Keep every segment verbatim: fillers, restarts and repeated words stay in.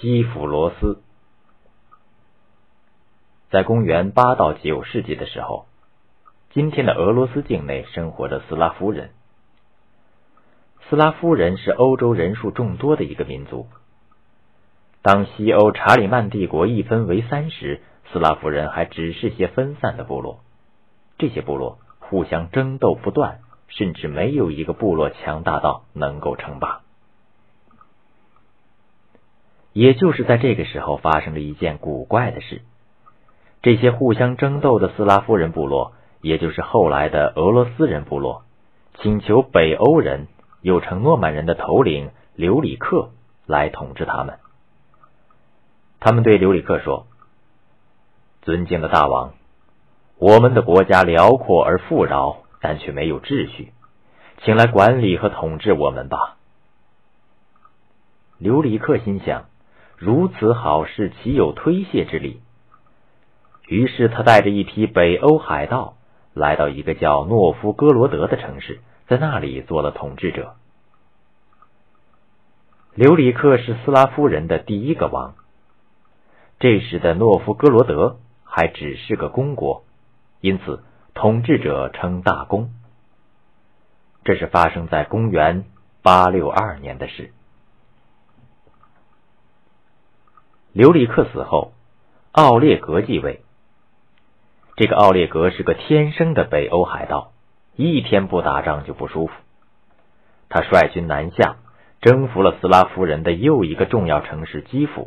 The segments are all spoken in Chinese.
基辅罗斯。在公元八到九世纪的时候，今天的俄罗斯境内生活着斯拉夫人。斯拉夫人是欧洲人数众多的一个民族。当西欧查理曼帝国一分为三时，斯拉夫人还只是些分散的部落，这些部落互相争斗不断，甚至没有一个部落强大到能够称霸。也就是在这个时候发生了一件古怪的事，这些互相争斗的斯拉夫人部落，也就是后来的俄罗斯人部落，请求北欧人，又称诺曼人的头领留里克来统治他们。他们对留里克说：尊敬的大王，我们的国家辽阔而富饶，但却没有秩序，请来管理和统治我们吧。留里克心想，如此好事岂有推卸之理？于是他带着一批北欧海盗来到一个叫诺夫哥罗德的城市，在那里做了统治者。留里克是斯拉夫人的第一个王。这时的诺夫哥罗德还只是个公国，因此统治者称大公。这是发生在公元八六二年的事。留里克死后，奥列格继位。这个奥列格是个天生的北欧海盗，一天不打仗就不舒服。他率军南下，征服了斯拉夫人的又一个重要城市基辅。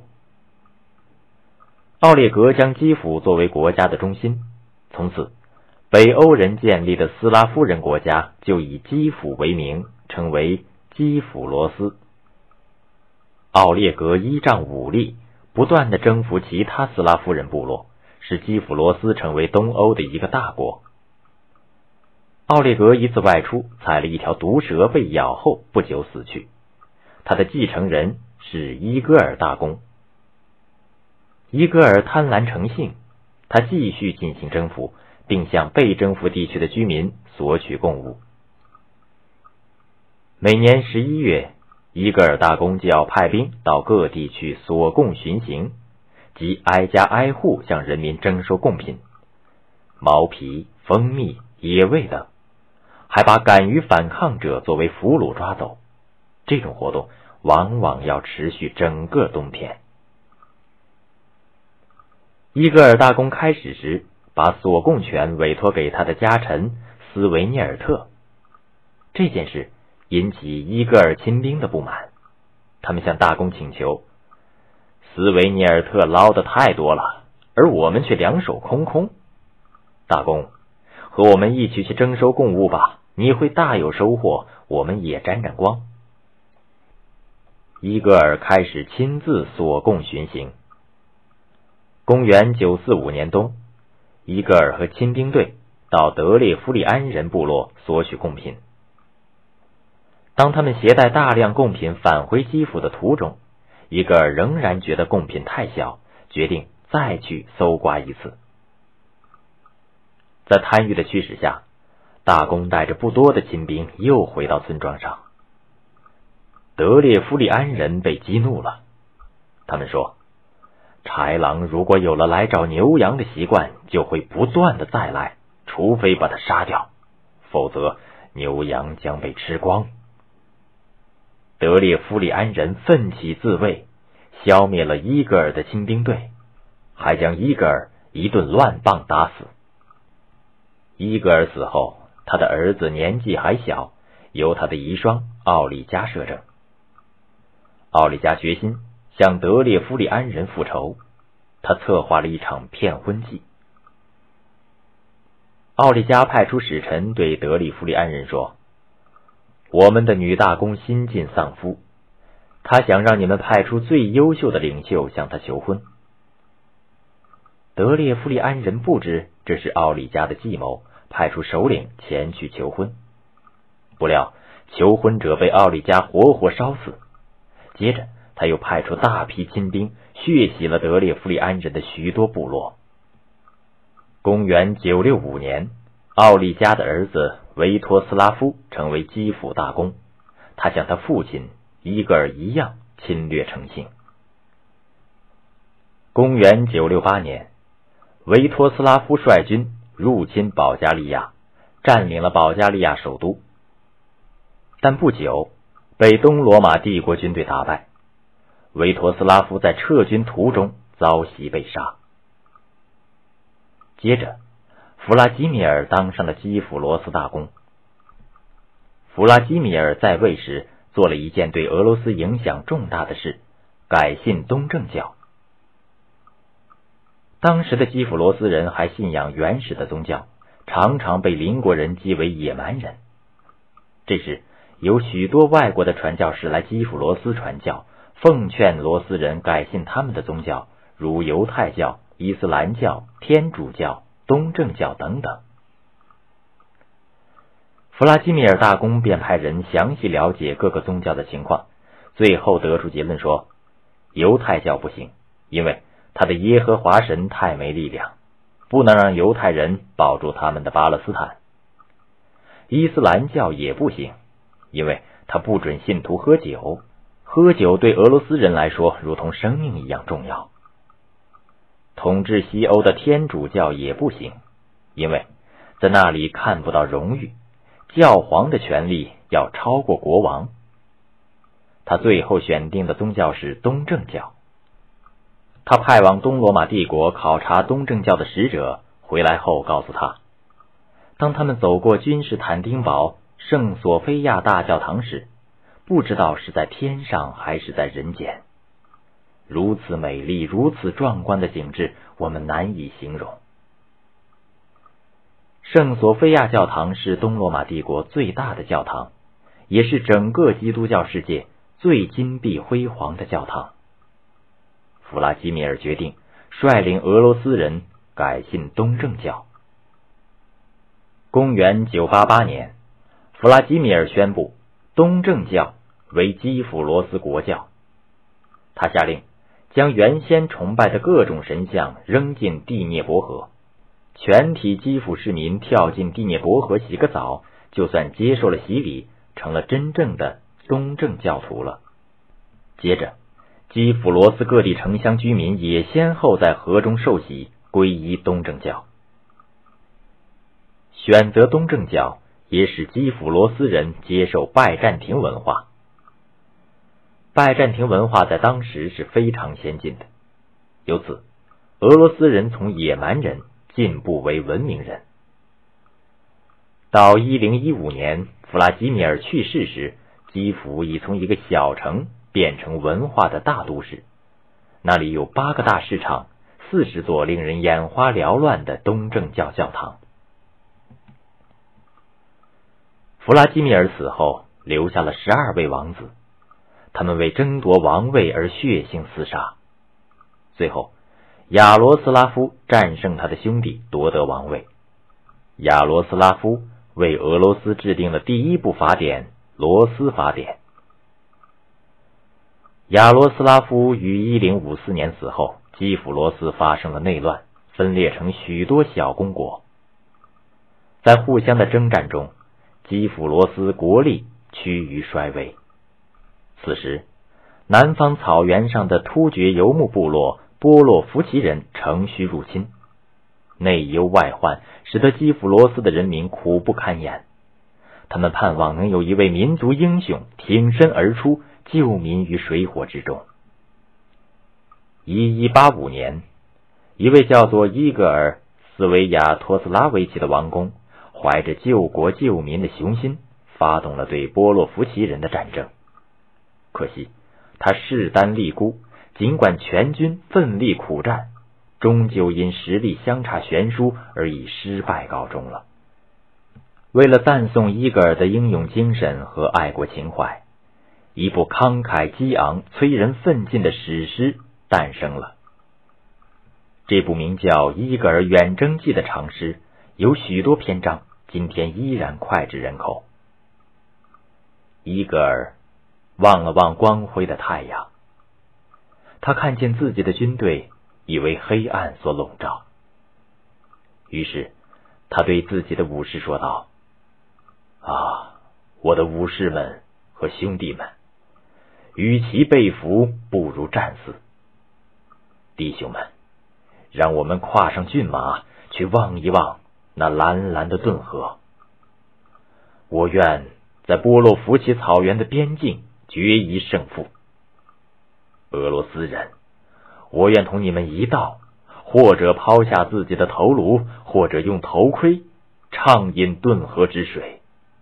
奥列格将基辅作为国家的中心，从此北欧人建立的斯拉夫人国家就以基辅为名，称为基辅罗斯。奥列格依仗武力，不断地征服其他斯拉夫人部落，使基辅罗斯成为东欧的一个大国。奥列格一次外出，踩了一条毒蛇，被咬后不久死去。他的继承人是伊戈尔大公。伊戈尔贪婪成性，他继续进行征服，并向被征服地区的居民索取贡物。每年十一月，伊戈尔大公就要派兵到各地去索贡巡行，即挨家挨户向人民征收贡品，毛皮、蜂蜜、野味等，还把敢于反抗者作为俘虏抓走。这种活动往往要持续整个冬天。伊戈尔大公开始时，把索贡权委托给他的家臣斯维涅尔特。这件事引起伊戈尔亲兵的不满，他们向大公请求，斯维涅尔特捞得太多了，而我们却两手空空。大公，和我们一起去征收贡物吧，你会大有收获，我们也沾沾光。伊戈尔开始亲自索贡巡行。公元九四五年冬，伊戈尔和亲兵队到德列夫利安人部落索取贡品。当他们携带大量贡品返回基辅的途中，伊戈尔仍然觉得贡品太小，决定再去搜刮一次。在贪欲的驱使下，大公带着不多的亲兵又回到村庄上。德列夫利安人被激怒了，他们说，豺狼如果有了来找牛羊的习惯，就会不断的再来，除非把它杀掉，否则牛羊将被吃光。德列夫利安人奋起自卫，消灭了伊戈尔的亲兵队，还将伊戈尔一顿乱棒打死。伊戈尔死后，他的儿子年纪还小，由他的遗孀奥里加摄政。奥里加决心向德列夫利安人复仇，他策划了一场骗婚计。奥里加派出使臣对德列夫利安人说，我们的女大公新近丧夫，他想让你们派出最优秀的领袖向他求婚。德列夫利安人不知这是奥里加的计谋，派出首领前去求婚。不料求婚者被奥里加活活烧死。接着他又派出大批亲兵，血洗了德列夫利安人的许多部落。公元九六五年，奥利加的儿子维托斯拉夫成为基辅大公，他像他父亲伊戈尔一样侵略成性。 公元九六八年，维托斯拉夫率军入侵保加利亚，占领了保加利亚首都，但不久被东罗马帝国军队打败。维托斯拉夫在撤军途中遭袭被杀。接着，弗拉基米尔当上了基辅罗斯大公。弗拉基米尔在位时做了一件对俄罗斯影响重大的事，改信东正教。当时的基辅罗斯人还信仰原始的宗教，常常被邻国人讥为野蛮人。这时，有许多外国的传教士来基辅罗斯传教，奉劝罗斯人改信他们的宗教，如犹太教、伊斯兰教、天主教、东正教等等。弗拉基米尔大公便派人详细了解各个宗教的情况，最后得出结论说，犹太教不行，因为他的耶和华神太没力量，不能让犹太人保住他们的巴勒斯坦。伊斯兰教也不行，因为他不准信徒喝酒，喝酒对俄罗斯人来说如同生命一样重要。统治西欧的天主教也不行，因为在那里看不到荣誉，教皇的权力要超过国王。他最后选定的宗教是东正教。他派往东罗马帝国考察东正教的使者回来后告诉他，当他们走过君士坦丁堡圣索菲亚大教堂时，不知道是在天上还是在人间。如此美丽、如此壮观的景致，我们难以形容。圣索菲亚教堂是东罗马帝国最大的教堂，也是整个基督教世界最金碧辉煌的教堂。弗拉基米尔决定率领俄罗斯人改信东正教。公元九八八年，弗拉基米尔宣布东正教为基辅罗斯国教。他下令将原先崇拜的各种神像扔进第聂伯河，全体基辅市民跳进第聂伯河洗个澡，就算接受了洗礼，成了真正的东正教徒了。接着，基辅罗斯各地城乡居民也先后在河中受洗，皈依东正教。选择东正教也使基辅罗斯人接受拜占庭文化。拜占庭文化在当时是非常先进的，由此俄罗斯人从野蛮人进步为文明人。到一零一五年弗拉基米尔去世时，基辅已从一个小城变成文化的大都市，那里有八个大市场，四十座令人眼花缭乱的东正教教堂。弗拉基米尔死后留下了十二位王子，他们为争夺王位而血腥厮杀。最后，亚罗斯拉夫战胜他的兄弟，夺得王位。亚罗斯拉夫为俄罗斯制定了第一部法典《罗斯法典》。亚罗斯拉夫于一零五四年死后，基辅罗斯发生了内乱，分裂成许多小公国。在互相的征战中，基辅罗斯国力趋于衰微。此时，南方草原上的突厥游牧部落波洛夫齐人乘虚入侵，内忧外患使得基辅罗斯的人民苦不堪言。他们盼望能有一位民族英雄挺身而出，救民于水火之中。一一八五年，一位叫做伊戈尔·斯维亚托斯拉维奇的王公，怀着救国救民的雄心，发动了对波洛夫齐人的战争。可惜他势单力孤，尽管全军奋力苦战，终究因实力相差悬殊而以失败告终了。为了赞颂伊戈尔的英勇精神和爱国情怀，一部慷慨激昂、催人奋进的史诗诞生了。这部名叫《伊戈尔远征记》的长诗有许多篇章，今天依然脍炙人口。伊戈尔望了望光辉的太阳，他看见自己的军队已为黑暗所笼罩。于是他对自己的武士说道：啊，我的武士们和兄弟们，与其被俘，不如战死。 弟兄们，让我们跨上骏马，去望一望那蓝蓝的顿河。我愿在波洛夫奇草原的边境决一胜负。俄罗斯人，我愿同你们一道，或者抛下自己的头颅，或者用头盔畅饮顿河之水。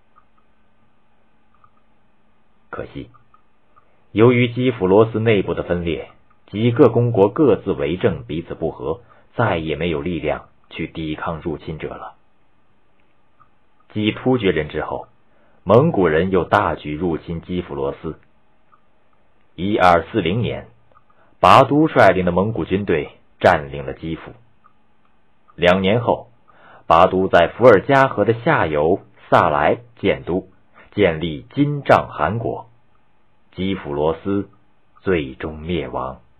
可惜，由于基辅罗斯内部的分裂，几个公国各自为政，彼此不和，再也没有力量去抵抗入侵者了。继突厥人之后，蒙古人又大举入侵基辅罗斯。一二四零年，拔都率领的蒙古军队占领了基辅。两年后，拔都在伏尔加河的下游萨莱建都，建立金帐汗国，基辅罗斯最终灭亡。